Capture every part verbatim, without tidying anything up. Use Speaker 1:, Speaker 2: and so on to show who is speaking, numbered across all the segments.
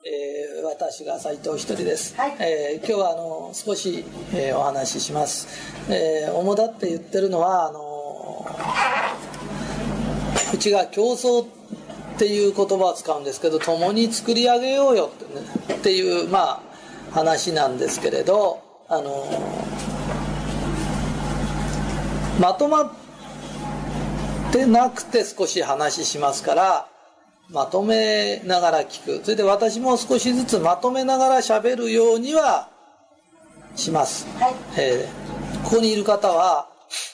Speaker 1: えー、私が斉藤ひとりです、
Speaker 2: はい。
Speaker 1: えー、今日はあの少し、えー、お話しします、えー、主だって言ってるのはあのうちが競争っていう言葉を使うんですけど、共に作り上げようよって、ね、っていうまあ話なんですけれど、あのまとまってなくて少し話しますから、まとめながら聞く。それで私も少しずつまとめながら喋るようにはします。
Speaker 2: はい。
Speaker 1: えー、ここにいる方は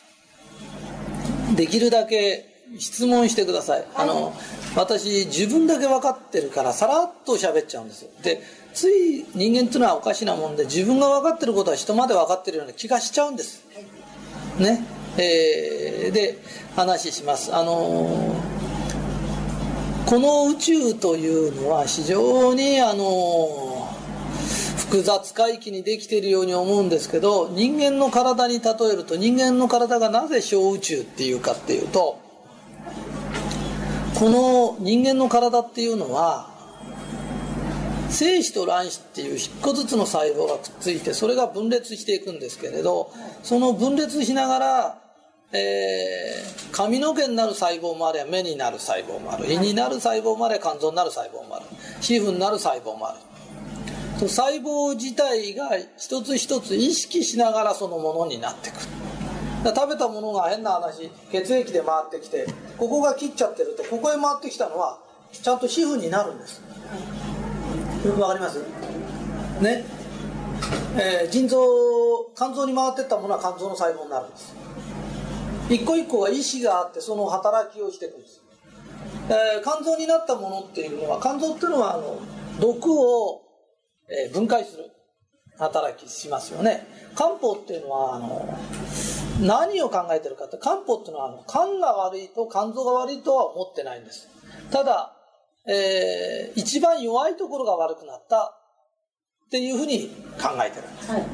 Speaker 1: できるだけ質問してください。はい、あの私自分だけ分かってるからさらっと喋っちゃうんですよ。で、つい人間っていうのはおかしなもんで、自分が分かってることは人まで分かってるような気がしちゃうんです。はい、ね。えー、で話します。あのー。この宇宙というのは非常にあの複雑回帰にできているように思うんですけど、人間の体に例えると、人間の体がなぜ小宇宙っていうかっていうと、この人間の体っていうのは精子と卵子っていう一個ずつの細胞がくっついて、それが分裂していくんですけれど、その分裂しながらえー、髪の毛になる細胞もあれば、目になる細胞もある、胃になる細胞もあれば、肝臓になる細胞もある、皮膚になる細胞もあると、細胞自体が一つ一つ意識しながらそのものになってくる。だから食べたものが変な話、血液で回ってきて、ここが切っちゃってると、ここへ回ってきたのはちゃんと皮膚になるんです。わかりますね。えー、腎臓、肝臓に回ってったものは肝臓の細胞になるんです。一個一個が意志があって、その働きをしていくんです。えー、肝臓になったものっていうのは、肝臓っていうのはあの毒を、えー、分解する働きしますよね。漢方っていうのはあの何を考えてるかって、漢方っていうのはあの肝が悪いと肝臓が悪いとは思ってないんです。ただ、えー、一番弱いところが悪くなったっていうふうに考えてるんです、はい、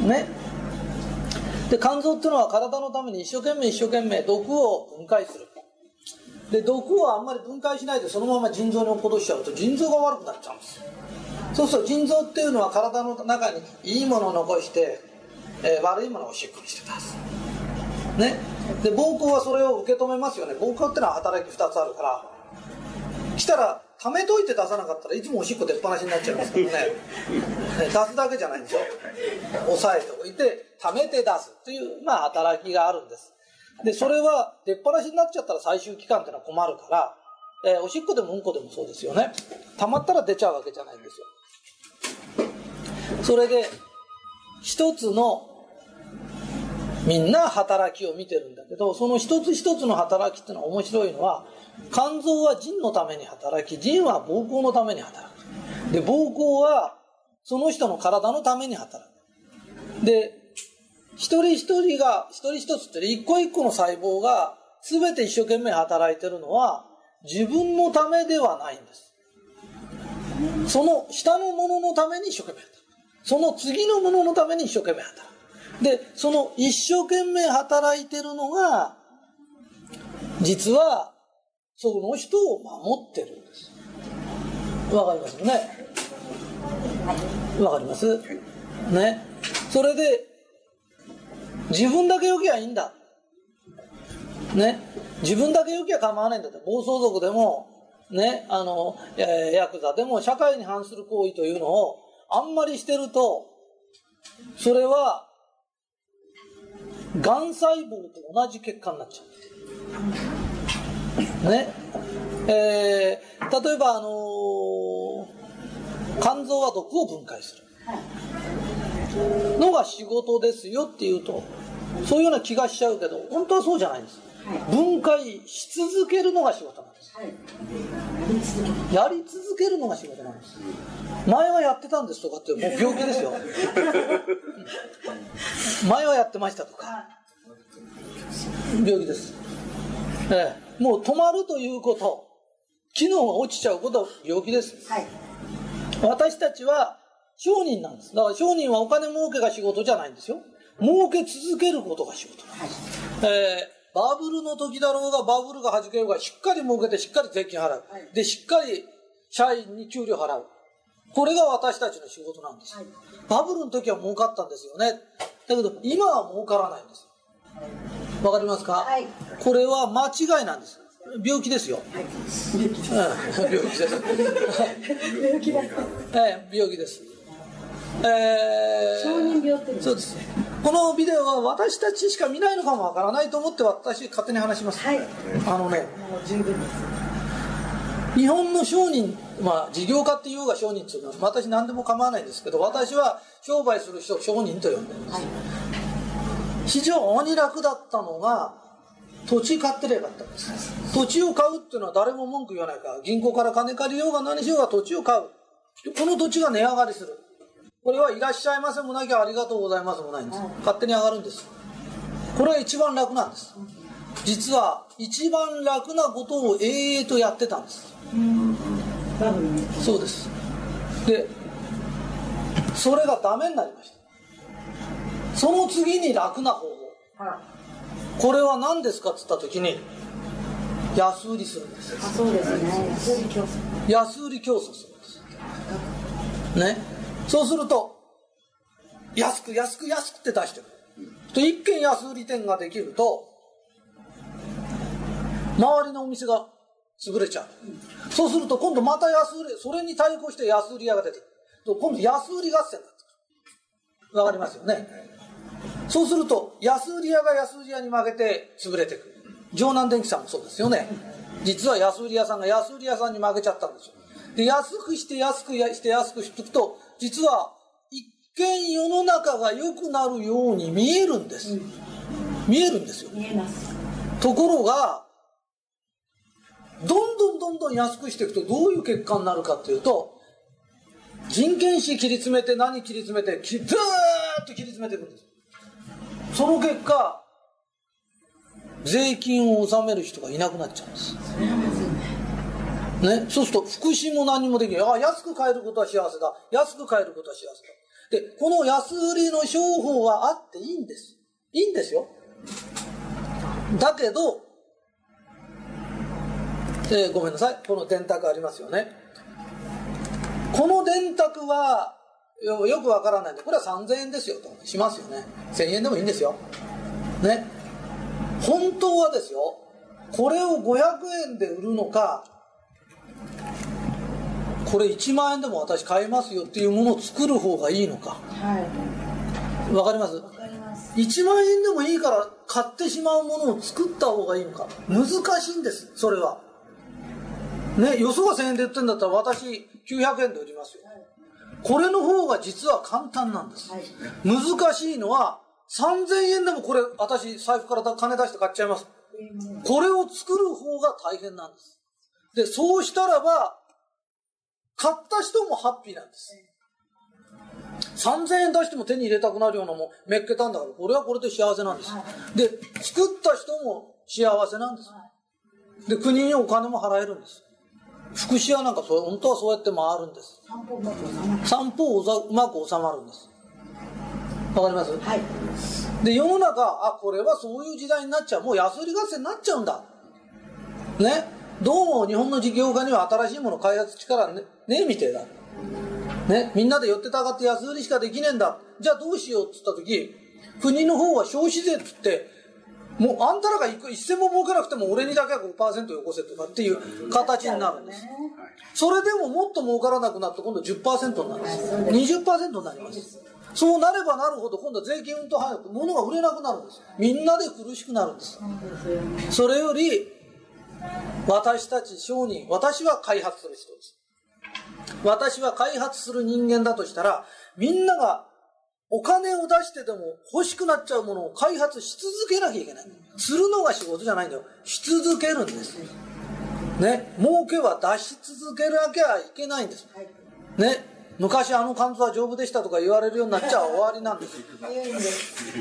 Speaker 1: ね。で、肝臓っていうのは体のために一生懸命一生懸命毒を分解する。で、毒をあんまり分解しないでそのまま腎臓に落っことしちゃうと、腎臓が悪くなっちゃうんですよ。そうすると腎臓っていうのは体の中にいいものを残して、えー、悪いものをおしっこにして出す。ね。で、膀胱はそれを受け止めますよね。膀胱っていうのは働きふたつあるから、来たら溜めといて出さなかったらいつもおしっこ出っ放しになっちゃいますからね。出すだけじゃないんですよ。抑えておいて溜めて出すというまあ働きがあるんです。で、それは出っ放しになっちゃったら最終期間ってのは困るから、えー、おしっこでもうんこでもそうですよね。溜まったら出ちゃうわけじゃないんですよ。それで一つのみんな働きを見てるんだけど、その一つ一つの働きっていうのは面白いのは、肝臓は腎のために働き、腎は膀胱のために働く。で、膀胱はその人の体のために働く。で、一人一人が、一人一つって一個一個の細胞が全て一生懸命働いてるのは自分のためではないんです。その下のもののために一生懸命働く。その次のもののために一生懸命働く。で、その一生懸命働いてるのが実はその人を守ってるんです。わかりますよね。わかりますね。それで自分だけ良きゃいいんだね。自分だけ良きゃ構わないんだって。暴走族でもね、あのヤクザでも社会に反する行為というのをあんまりしてると、それはがん細胞と同じ結果になっちゃうね。えー、例えばあのー、肝臓は毒を分解するのが仕事ですよっていうと、そういうような気がしちゃうけど、本当はそうじゃないんです。分解し続けるのが仕事なんです。やり続けるのが仕事なんです。前はやってたんですとかってもう病気ですよ。前はやってましたとか病気です、ええ、もう止まるということ、機能が落ちちゃうことは病気です、はい、私たちは商人なんです。だから商人はお金儲けが仕事じゃないんですよ。儲け続けることが仕事なんです、はい、えー、バブルの時だろうがバブルが弾けようがしっかり儲けてしっかり税金払う、はい、でしっかり社員に給料払う、 これが私たちの仕事なんです。はい、バブルの時は儲かったんですよね。だけど今は儲からないんです。わかりますか？はい、これは間違いなんです。病気ですよ。はい、病気です。病気です。病気だ。ええ、病気です。えー、承認病ってそうです。このビデオは私たちしか見ないのかもわからないと思って私勝手に話します。はい、あのね、もう十分です。日本の商人、まあ事業家っていうが商人っていうのは私何でも構わないんですけど、私は商売する人を商人と呼んでるんです。はい、非常に楽だったのが土地買ってりゃよかったんです。土地を買うっていうのは誰も文句言わないから、銀行から金借りようが何しようが土地を買う。この土地が値上がりする。これはいらっしゃいませもなきゃありがとうございますもないんです。勝手に上がるんです。これは一番楽なんです。実は一番楽なことを永遠とやってたんです。そうです。で、それがダメになりました。その次に楽な方法。これは何ですかって言った時に安売りするんです。あ、そうですね。安売り競争。安売り競争するんです。ね。そうすると安く安く安くって出してる。と一軒安売り店ができると周りのお店が潰れちゃう。そうすると今度また安売り、それに対抗して安売り屋が出てくる。今度安売り合戦になってくる。わかりますよね。そうすると安売り屋が安売り屋に負けて潰れてくる。城南電機さんもそうですよね。実は安売り屋さんが安売り屋さんに負けちゃったんですよ。で、安くして安くして安くしていくと実は一見世の中が良くなるように見えるんです。見えるんですよ。見えます。ところがどんどんどんどん安くしていくとどういう結果になるかっていうと、人件費切り詰めて何切り詰めてずーっと切り詰めていくんです。その結果税金を納める人がいなくなっちゃうんです。ね、そうすると福祉も何もできない。あ、安く買えることは幸せだ。安く買えることは幸せだ。で、この安売りの商法はあっていいんです。いいんですよ。だけど、えー、ごめんなさい。この電卓ありますよね。この電卓はよ、よくわからないんで、これはさんぜんえんですよとしますよね。せんえんでもいいんですよ。ね。本当はですよ、これをごひゃくえんで売るのか、これいちまんえんでも私買いますよっていうものを作る方がいいのか。はい。わかります？わかります。いちまんえんでもいいから買ってしまうものを作った方がいいのか。難しいんです、それは。ね、よそがせんえんで売ってるんだったら私きゅうひゃくえんで売りますよ。はい、これの方が実は簡単なんです。はい、難しいのはさんぜんえんでもこれ私財布から金出して買っちゃいます。これを作る方が大変なんです。で、そうしたらば買った人もハッピーなんです。さんぜんえん出しても手に入れたくなるようなもんめっけたんだから、これはこれで幸せなんです。で、作った人も幸せなんです。で、国にお金も払えるんです。福祉屋なんかそれ本当はそうやって回るんです。散歩をうまく収まるんです。わかります？はい。で、世の中、あ、これはそういう時代になっちゃう。もう安売り合戦になっちゃうんだ。ね。どうも日本の事業家には新しいもの開発力ねねえみてえだ。ね。みんなで寄ってたがって安売りしかできねえんだ。じゃあどうしようって言った時、国の方は消費税って言って、もうあんたらが一銭も儲けなくても俺にだけは ごパーセント よこせとかっていう形になるんです。それでももっと儲からなくなって今度 じゅっパーセント になるんです。にじゅっパーセント になります。そうなればなるほど今度は税金うんと早く物が売れなくなるんです。みんなで苦しくなるんです。それより私たち商人、私は開発する人です。私は開発する人間だとしたら、みんながお金を出してでも欲しくなっちゃうものを開発し続けなきゃいけない。するのが仕事じゃないんだよ。し続けるんです。ね、儲けは出し続けなきゃいけないんです。ね、昔あの肝臓は丈夫でしたとか言われるようになっちゃ終わりなんです。入院です。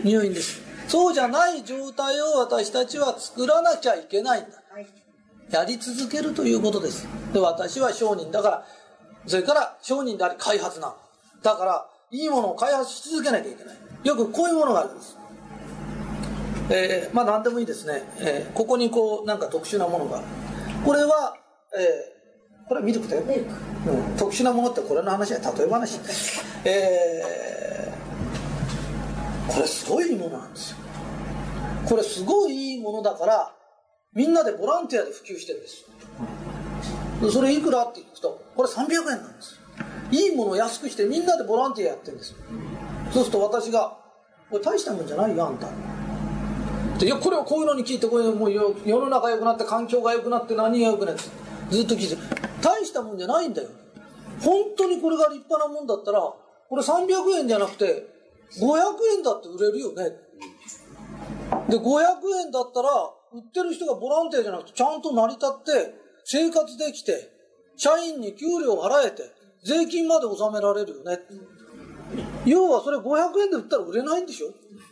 Speaker 1: 入院です。そうじゃない状態を私たちは作らなきゃいけないんだ。やり続けるということです。で、私は商人だから、それから商人であり開発な。だから、いいものを開発し続けなきゃいけない。よくこういうものがあるんです。えー、まあ何でもいいですね。えー、ここにこうなんか特殊なものが。これは、えこれはミルクだよ、うん、特殊なものってこれの話は例え話、えー、これすごいいいものなんですよ。これすごいいいものだからみんなでボランティアで普及してるんです。それいくらって聞くとこれさんびゃくえんなんです。いいものを安くしてみんなでボランティアやってるんです。そうすると私がこれ大したもんじゃないよあんたで、いやこれをこういうのに聞いてこれもう世の中良くなって環境が良くなって何が良くなってずっと聞いてる。大したもんじゃないんだよ。本当にこれが立派なもんだったらこれさんびゃくえんじゃなくてごひゃくえんだって売れるよね。でごひゃくえんだったら売ってる人がボランティアじゃなくてちゃんと成り立って生活できて社員に給料払えて税金まで納められるよね。要はそれごひゃくえんで売ったら売れないんでしょ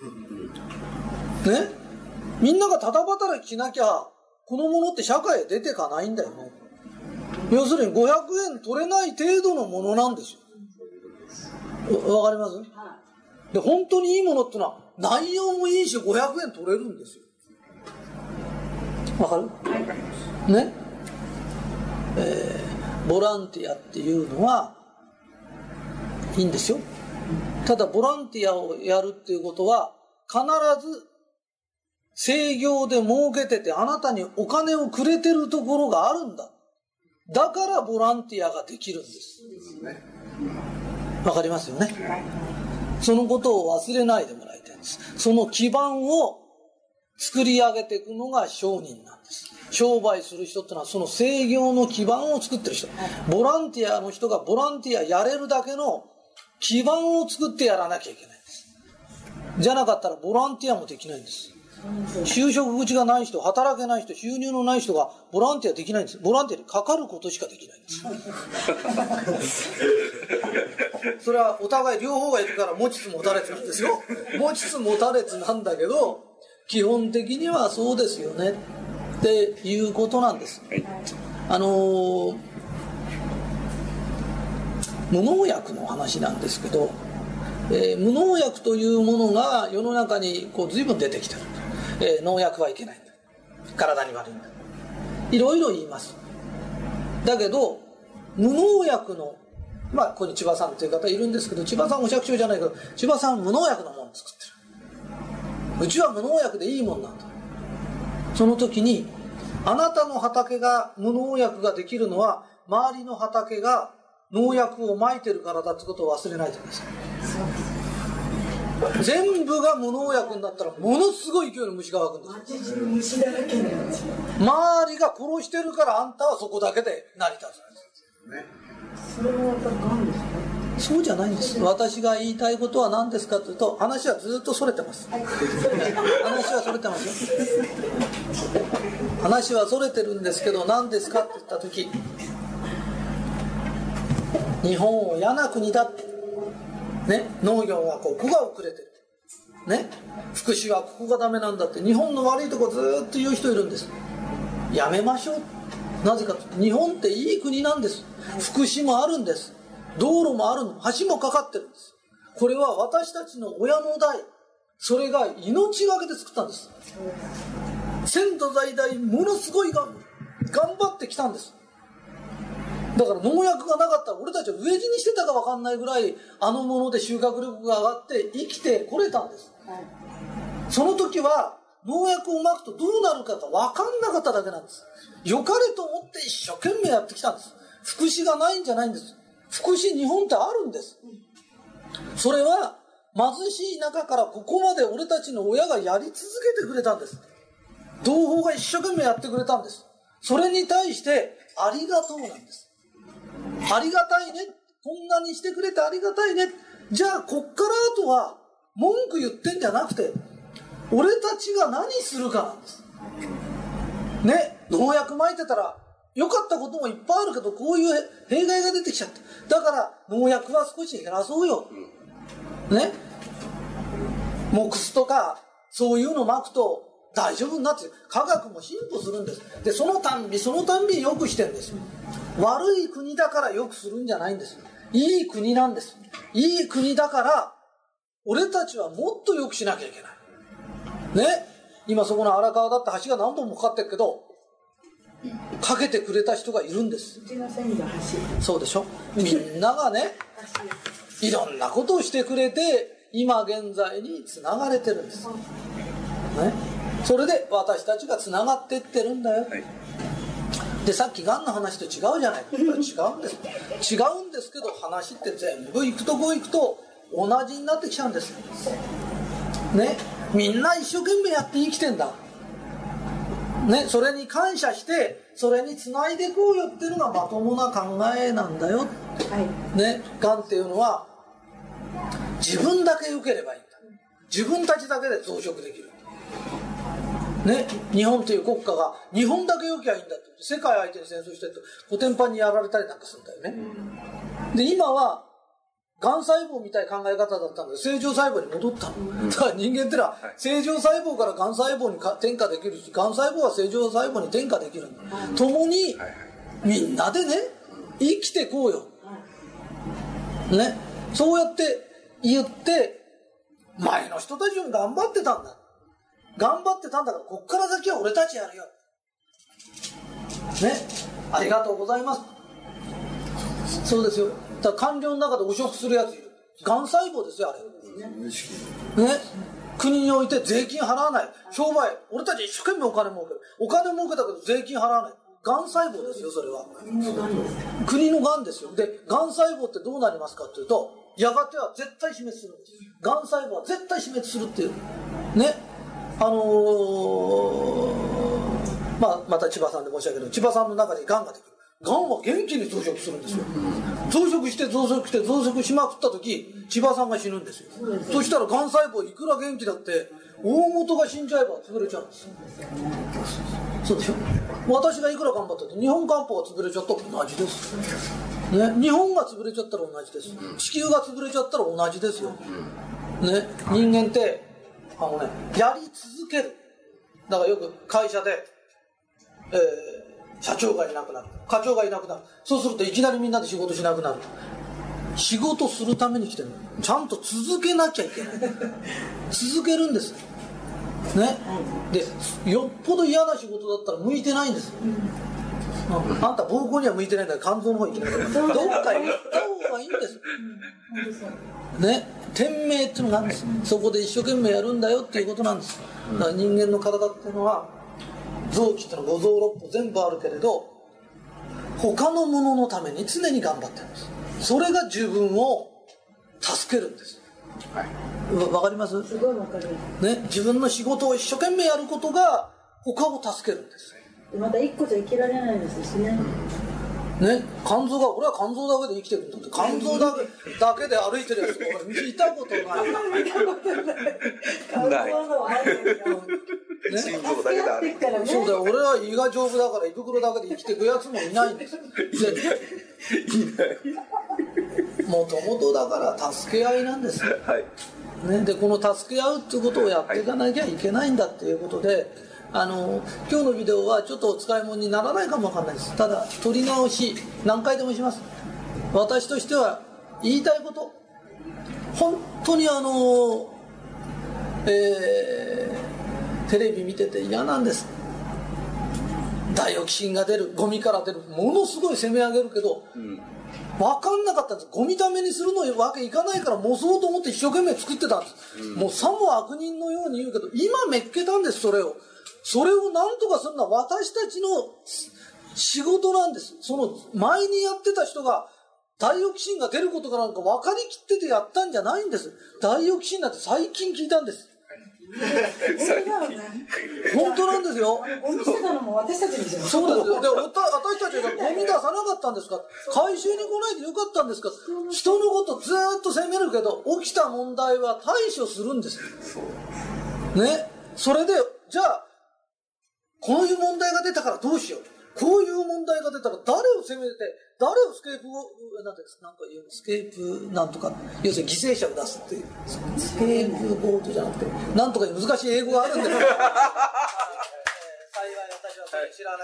Speaker 1: ね。みんながただ働きしなきゃこのものって社会へ出てかないんだよね。要するにごひゃくえん取れない程度のものなんですよ。わかります？で本当にいいものってのは内容もいいしごひゃくえん取れるんですよ。わかる？ね、えー、ボランティアっていうのはいいんですよ。ただボランティアをやるっていうことは必ず制業で儲けててあなたにお金をくれてるところがあるんだ。だからボランティアができるんです。わかりますよね。そのことを忘れないでもらいたいんです。その基盤を作り上げていくのが商人なんです。商売する人ってのはその制業の基盤を作ってる人。ボランティアの人がボランティアやれるだけの基盤を作ってやらなきゃいけないんです。じゃなかったらボランティアもできないんです。就職口がない人、働けない人、収入のない人がボランティアできないんです。ボランティアにかかることしかできないんです。それはお互い両方がいるから持ちつ持たれつなんですよ。持ちつ持たれつなんだけど基本的にはそうですよねっていうことなんです。あのー、無農薬の話なんですけど、えー、無農薬というものが世の中にこう随分出てきてる。えー、農薬はいけないんだ、体に悪いんだ、いろいろ言います。だけど無農薬の、まあここに千葉さんという方いるんですけど、千葉さんお百姓じゃないけど千葉さん無農薬のものを作ってる。うちは無農薬でいいもんなんだ。その時にあなたの畑が無農薬ができるのは周りの畑が農薬をまいてるからだってことを忘れないでください。全部が無農薬になったらものすごい勢いの虫が湧くんです。虫だらけなんですよ。周りが殺してるからあんたはそこだけで成り立つんですね。それはやっぱり何ですか？そうじゃないんです。私が言いたいことは何ですかというと、話はずっとそれてます。話はそれてますよ。話はそれてるんですけど何ですかって言った時、日本を嫌な国だってね、農業はここが遅れてる、ね、福祉はここがダメなんだって日本の悪いとこずっと言う人いるんです。やめましょう。なぜかというと日本っていい国なんです。福祉もあるんです。道路もあるの、橋もかかってるんです。これは私たちの親の代、それが命がけで作ったんです。先祖代々ものすごいが頑張ってきたんです。だから農薬がなかったら俺たちは飢え死にしてたか分かんないぐらいあのもので収穫力が上がって生きてこれたんです。その時は農薬をまくとどうなるかが分かんなかっただけなんです。良かれと思って一生懸命やってきたんです。福祉がないんじゃないんです。福祉日本ってあるんです。それは貧しい中からここまで俺たちの親がやり続けてくれたんです。同胞が一生懸命やってくれたんです。それに対してありがとうなんです。ありがたいね、こんなにしてくれてありがたいね。じゃあこっからあとは文句言ってんじゃなくて俺たちが何するかなんですね。農薬撒いてたら良かったこともいっぱいあるけどこういう弊害が出てきちゃった。だから農薬は少し減らそうよね。モクスとかそういうの撒くと大丈夫になって科学も進歩するんです。でそのたんびそのたんびに良くしてるんです。悪い国だから良くするんじゃないんです。いい国なんです。いい国だから俺たちはもっと良くしなきゃいけないね。今そこの荒川だって橋が何本もかかってるけど、必かけてくれた人がいるんです。
Speaker 2: うちの線が橋。
Speaker 1: そうでしょ。みんながねいろんなことをしてくれて今現在につながれてるんです、ね、それで私たちがつながっていってるんだよ、はい、でさっきがんの話と違うじゃないか。違うんです違うんですけど、話って全部行くとこ行くと同じになってきちゃうんですね。みんな一生懸命やって生きてんだね、それに感謝してそれにつないでいこうよっていうのがまともな考えなんだよ、はいね、がんっていうのは自分だけ良ければいいんだ。自分たちだけで増殖できる、ね、日本という国家が日本だけ良きゃいいんだって世界相手に戦争してるとコテンパンにやられたりなんかするんだよね。で今はがん細胞みたいな考え方だったので正常細胞に戻ったの。だから人間ってのは正常細胞からがん細胞に転化できるし、がん細胞は正常細胞に転化できるんだ。共にみんなでね生きてこうよ、ね、そうやって言って前の人たちより頑張ってたんだ頑張ってたんだからこっから先は俺たちやるよね、ありがとうございます。そうですよ。だから官僚の中で汚職するやついる。がん細胞ですよあれ、ね、国において税金払わない、商売俺たち一生懸命お金儲ける、お金儲けたけど税金払わない、がん細胞ですよ。それは国のがんですよ。でがん細胞ってどうなりますかっていうと、やがては絶対死滅するんです。がん細胞は絶対死滅するっていうね。あのー、まあまた千葉さんで申し訳ないけど、千葉さんの中にがんができる。がんは元気に増殖するんですよ。増殖して増殖して増殖しまくった時千葉さんが死ぬんですよ。そしたらがん細胞いくら元気だって大元が死んじゃえば潰れちゃうんですよ。そうでしょ。私がいくら頑張ったって日本漢方が潰れちゃったら同じです、ね、日本が潰れちゃったら同じです。地球が潰れちゃったら同じですよ、ね、人間ってあのねやり続ける。だからよく会社で、えー社長がいなくなる、課長がいなくなる、そうするといきなりみんなで仕事しなくなる。仕事するために来てるの。ちゃんと続けなきゃいけない続けるんですね。でよっぽど嫌な仕事だったら向いてないんです、うん、あんた膀胱には向いてないんだから肝臓の方に行けないどっか行った方がいいんですね。天命っていうのがあるんです。そこで一生懸命やるんだよっていうことなんです。だから人間の体っていうのは臓器ってのは五臓六腑全部あるけれど他のもののために常に頑張ってるんです。それが自分を助けるんです、はい、わ, わかります？すごいわかる、ね、自分の仕事を一生懸命やることが他を助けるんです。
Speaker 2: また一個じゃ生きられないですしね、
Speaker 1: ね、肝臓が俺は肝臓だけで生きてるんだって。肝臓だけだけで歩いてるやつが道行ったことない見たことない肝臓のあるね、心臓だけだね、そうだよ。俺は胃が丈夫だから胃袋だけで生きていくやつもいないんですいないもともとだから助け合いなんです、はいね、でこの助け合うっていうことをやっていかなきゃいけないんだっていうことで、あの今日のビデオはちょっとお使い物にならないかもわかんないです。ただ撮り直し何回でもします。私としては言いたいこと、本当にあのえーテレビ見てて嫌なんです。ダイオキシンが出る、ゴミから出る、ものすごい攻め上げるけど、うん、分かんなかったんです。ゴミためにするのわけいかないから模そうと思って一生懸命作ってたんです、うん、もうさも悪人のように言うけど今めっけたんです。それをそれを何とかするのは私たちの仕事なんです。その前にやってた人がダイオキシンが出ることかなんか分かりきっててやったんじゃないんです。ダイオキシンなんて最近聞いたんです。本当なんですよ。
Speaker 2: ゴミ捨てたのも私たちですよ。
Speaker 1: そうですよ。で、私たちがゴミ出さなかったんですか、回収に来ないでよかったんですか、人のことずーっと責めるけど起きた問題は対処するんですね。それでじゃあこういう問題が出たからどうしよう、こういう問題が出たら誰を責めて誰をスケープなんてなんか言うのスケープなんとか、要するに犠牲者を出すっていうスケープボートじゃなくてなんとか難しい英語があるんですよ幸い私はそれ知ら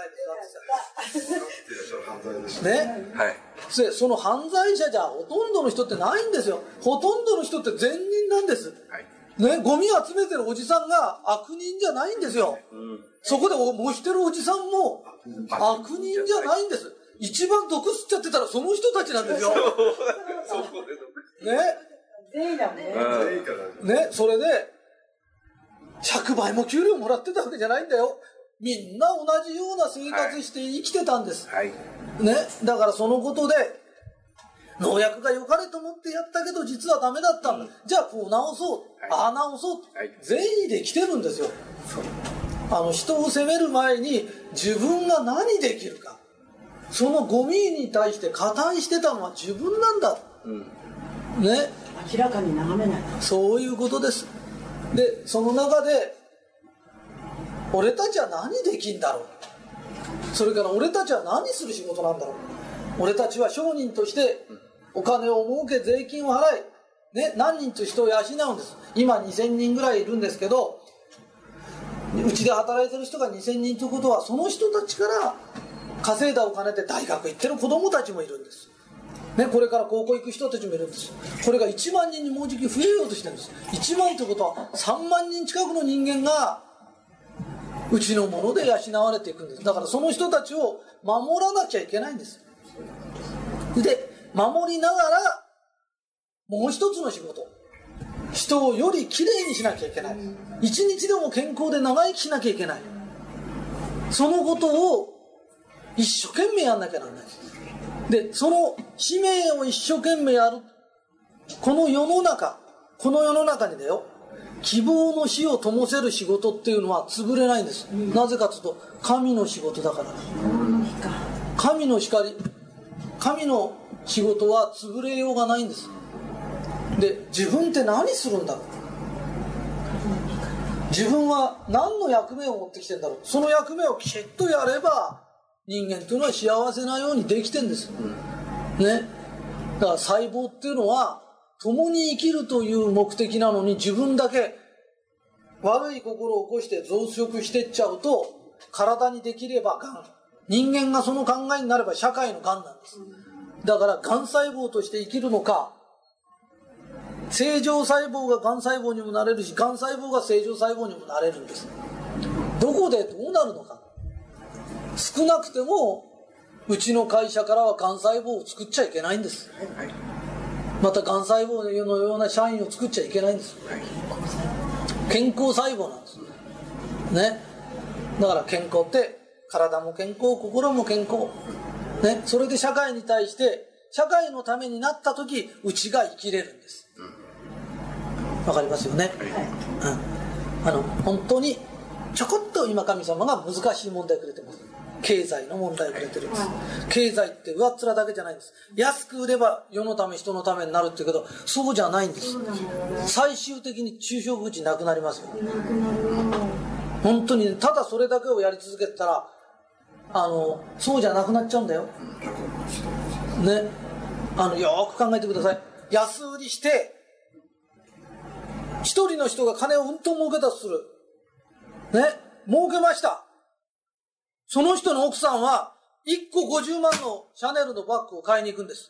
Speaker 1: ないですね、はい、でその犯罪者じゃほとんどの人ってないんですよ。ほとんどの人って善人なんです、はいね、ゴミ集めてるおじさんが悪人じゃないんですよ。うん、そこで模してるおじさんも悪人じゃないんです。一番毒吸っちゃってたらその人たちなんですよ。ね。
Speaker 2: 全員だもんね。
Speaker 1: ね、それでひゃくばいも給料もらってたわけじゃないんだよ。みんな同じような生活して生きてたんです。はいはい、ね、だからそのことで農薬が良かれと思ってやったけど実はダメだったんだ、うん、じゃあこう直そう、はい、ああ直そう、はい、善意で来てるんですよ。あの人を責める前に自分が何できるか、そのゴミに対して加担してたのは自分なんだ、うん、ね、
Speaker 2: 明らかに眺めない、
Speaker 1: そういうことです。でその中で俺たちは何できんだろう、それから俺たちは何する仕事なんだろう、俺たちは商人としてお金を儲け税金を払い、ね、何人と人を養うんです。今にせんにんぐらいいるんですけど、うちで働いてる人がにせんにんということはその人たちから稼いだお金で大学行ってる子供たちもいるんです、ね、これから高校行く人たちもいるんです。これがいちまんにんにもうじき増えようとしてるんです。いちまんということはさんまんにん近くの人間がうちのもので養われていくんです。だからその人たちを守らなきゃいけないんです。で守りながらもう一つの仕事、人をよりきれいにしなきゃいけない、一日でも健康で長生きしなきゃいけない、そのことを一生懸命やんなきゃならない。でその使命を一生懸命やる、この世の中この世の中にだよ、希望の火を灯せる仕事っていうのは潰れないんです、うん、なぜかというと神の仕事だから。神の光、神の仕事は潰れようがないんです。で自分って何するんだろう、自分は何の役目を持ってきてんだろう、その役目をきちっとやれば人間というのは幸せなようにできてんです、ね、だから細胞っていうのは共に生きるという目的なのに、自分だけ悪い心を起こして増殖してっちゃうと体にできればがん、人間がその考えになれば社会のがんなんです。だからがん細胞として生きるのか、正常細胞ががん細胞にもなれるし、がん細胞が正常細胞にもなれるんです。どこでどうなるのか、少なくてもうちの会社からはがん細胞を作っちゃいけないんです。またがん細胞のような社員を作っちゃいけないんです。健康細胞なんですね。だから健康って体も健康、心も健康、ね、それで社会に対して社会のためになった時うちが生きれるんです。わかりますよね、はい、うん、あの本当にちょこっと今神様が難しい問題をくれてます。経済の問題をくれてるんです。経済って上っ面だけじゃないんです。安く売れば世のため人のためになるって言うけど、そうじゃないんです。最終的に中小口なくなりますよ。本当にただそれだけをやり続けてたらあのそうじゃなくなっちゃうんだよね。あのよく考えてください。安売りして一人の人が金をうんと儲けたとするね、儲けました。その人の奥さんはいっこごじゅうまんのシャネルのバッグを買いに行くんです。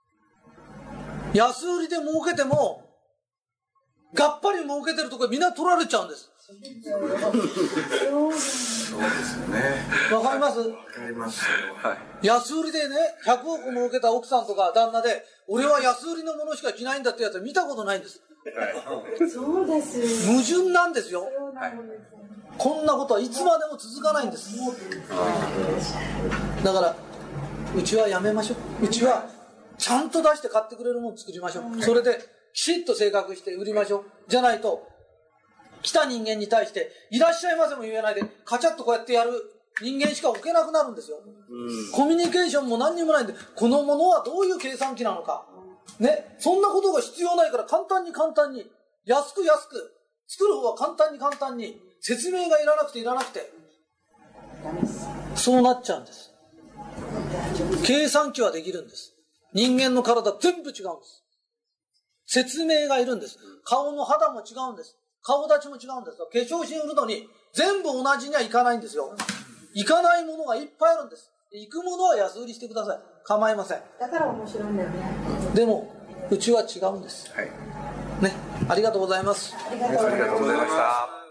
Speaker 1: 安売りで儲けてもがっぱり儲けてるところみんな取られちゃうんです。そうですよね。わかります？わかりますよ、はい、安売りでねひゃくおく儲けた奥さんとか旦那で、俺は安売りのものしか着ないんだってやつは見たことないんです。
Speaker 2: そうです。
Speaker 1: 矛盾なんですよ。はい、こんなことはいつまでも続かないんです。だからうちはやめましょう。うちはちゃんと出して買ってくれるもの作りましょう。それできちっと性格して売りましょう。じゃないと来た人間に対していらっしゃいませも言えないでカチャッとこうやってやる人間しか置けなくなるんですよ。コミュニケーションも何にもないんで、このものはどういう計算機なのかね、そんなことが必要ないから簡単に簡単に安く安く作る方は簡単に簡単に、説明がいらなくていらなくてそうなっちゃうんです。計算機はできるんです。人間の体全部違うんです。説明がいるんです。顔の肌も違うんです。顔立ちも違うんです。化粧品売るのに全部同じにはいかないんですよ。いかないものがいっぱいあるんです。行くものは安売りしてください。構いません。
Speaker 2: だから面白いんだよね。
Speaker 1: でもうちは違うんです。はい、 ね、ありがとうございます。
Speaker 2: ありがとうございました。